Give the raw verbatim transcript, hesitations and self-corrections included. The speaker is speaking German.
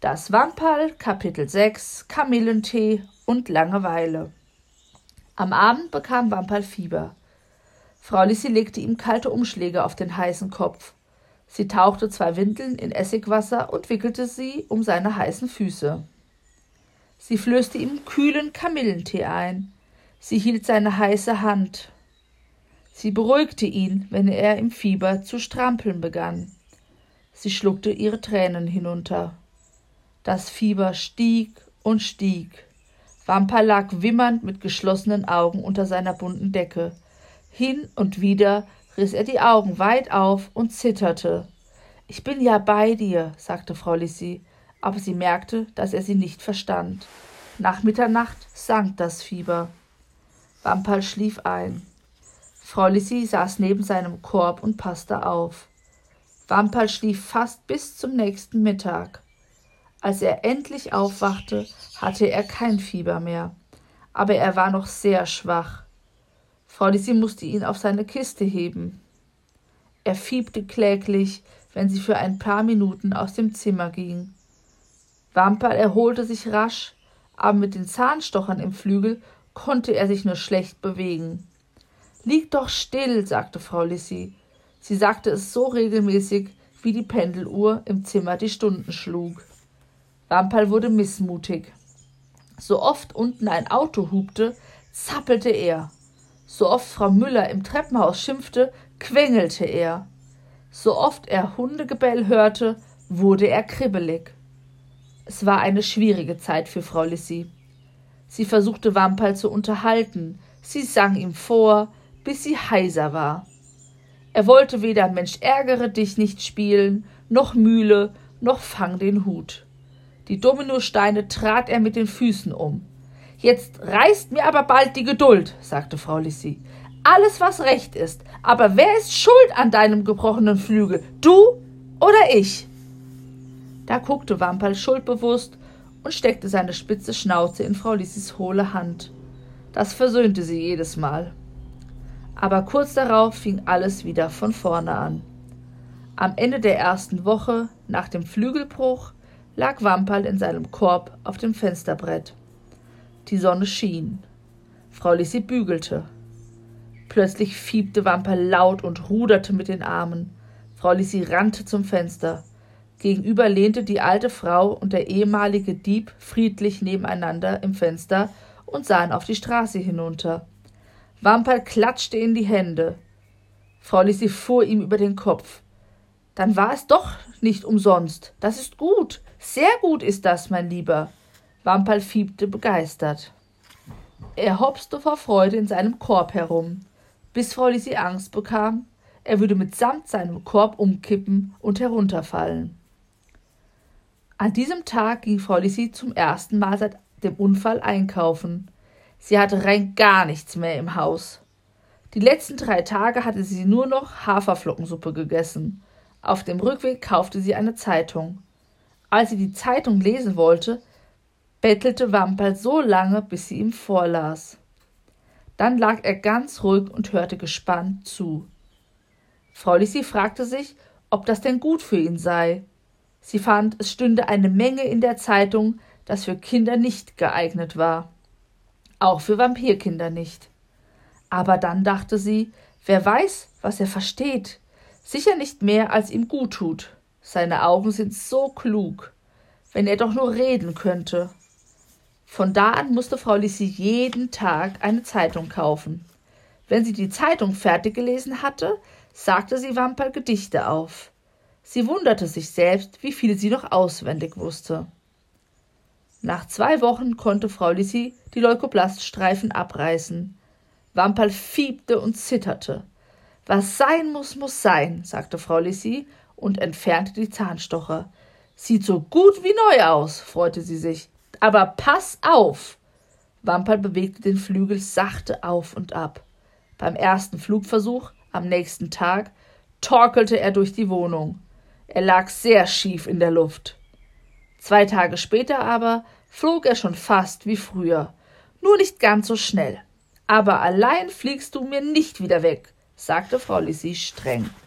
Das Wamperl, Kapitel sechs, Kamillentee und Langeweile. Am Abend bekam Wamperl Fieber. Frau Lissi legte ihm kalte Umschläge auf den heißen Kopf. Sie tauchte zwei Windeln in Essigwasser und wickelte sie um seine heißen Füße. Sie flößte ihm kühlen Kamillentee ein. Sie hielt seine heiße Hand. Sie beruhigte ihn, wenn er im Fieber zu strampeln begann. Sie schluckte ihre Tränen hinunter. Das Fieber stieg und stieg. Wamperl lag wimmernd mit geschlossenen Augen unter seiner bunten Decke. Hin und wieder riss er die Augen weit auf und zitterte. »Ich bin ja bei dir«, sagte Frau Lissi, aber sie merkte, dass er sie nicht verstand. Nach Mitternacht sank das Fieber. Wamperl schlief ein. Frau Lissi saß neben seinem Korb und passte auf. Wamperl schlief fast bis zum nächsten Mittag. Als er endlich aufwachte, hatte er kein Fieber mehr, aber er war noch sehr schwach. Frau Lissi musste ihn auf seine Kiste heben. Er fiebte kläglich, wenn sie für ein paar Minuten aus dem Zimmer ging. Wamperl erholte sich rasch, aber mit den Zahnstochern im Flügel konnte er sich nur schlecht bewegen. »Lieg doch still«, sagte Frau Lissi. Sie sagte es so regelmäßig, wie die Pendeluhr im Zimmer die Stunden schlug. Wamperl wurde missmutig. So oft unten ein Auto hupte, zappelte er. So oft Frau Müller im Treppenhaus schimpfte, quengelte er. So oft er Hundegebell hörte, wurde er kribbelig. Es war eine schwierige Zeit für Frau Lissi. Sie versuchte Wamperl zu unterhalten, sie sang ihm vor, bis sie heiser war. Er wollte weder Mensch ärgere dich nicht spielen, noch Mühle, noch Fang den Hut. Die Dominosteine trat er mit den Füßen um. »Jetzt reißt mir aber bald die Geduld«, sagte Frau Lissi. »Alles, was recht ist. Aber wer ist schuld an deinem gebrochenen Flügel? Du oder ich?« Da guckte Wamperl schuldbewusst und steckte seine spitze Schnauze in Frau Lissis hohle Hand. Das versöhnte sie jedes Mal. Aber kurz darauf fing alles wieder von vorne an. Am Ende der ersten Woche, nach dem Flügelbruch, lag Wamperl in seinem Korb auf dem Fensterbrett. Die Sonne schien. Frau Lissi bügelte. Plötzlich fiebte Wamperl laut und ruderte mit den Armen. Frau Lissi rannte zum Fenster. Gegenüber lehnte die alte Frau und der ehemalige Dieb friedlich nebeneinander im Fenster und sahen auf die Straße hinunter. Wamperl klatschte in die Hände. Frau Lissi fuhr ihm über den Kopf. »Dann war es doch nicht umsonst. Das ist gut. Sehr gut ist das, mein Lieber.« Wamperl fiebte begeistert. Er hopste vor Freude in seinem Korb herum, bis Frau Lissi Angst bekam, er würde mitsamt seinem Korb umkippen und herunterfallen. An diesem Tag ging Frau Lissi zum ersten Mal seit dem Unfall einkaufen. Sie hatte rein gar nichts mehr im Haus. Die letzten drei Tage hatte sie nur noch Haferflockensuppe gegessen. Auf dem Rückweg kaufte sie eine Zeitung. Als sie die Zeitung lesen wollte, bettelte Wamperl so lange, bis sie ihm vorlas. Dann lag er ganz ruhig und hörte gespannt zu. Frau Lissi fragte sich, ob das denn gut für ihn sei. Sie fand, es stünde eine Menge in der Zeitung, das für Kinder nicht geeignet war. Auch für Vampirkinder nicht. Aber dann dachte sie, wer weiß, was er versteht. Sicher nicht mehr, als ihm gut tut. Seine Augen sind so klug. Wenn er doch nur reden könnte. Von da an musste Frau Lissi jeden Tag eine Zeitung kaufen. Wenn sie die Zeitung fertig gelesen hatte, sagte sie Wamperl Gedichte auf. Sie wunderte sich selbst, wie viel sie noch auswendig wusste. Nach zwei Wochen konnte Frau Lissi die Leukoplaststreifen abreißen. Wamperl fiebte und zitterte. »Was sein muss, muss sein«, sagte Frau Lissi und entfernte die Zahnstocher. »Sieht so gut wie neu aus«, freute sie sich. »Aber pass auf!« Wamperl bewegte den Flügel sachte auf und ab. Beim ersten Flugversuch, am nächsten Tag, torkelte er durch die Wohnung. Er lag sehr schief in der Luft. Zwei Tage später aber flog er schon fast wie früher, nur nicht ganz so schnell. »Aber allein fliegst du mir nicht wieder weg«, sagte Frau Lissi streng.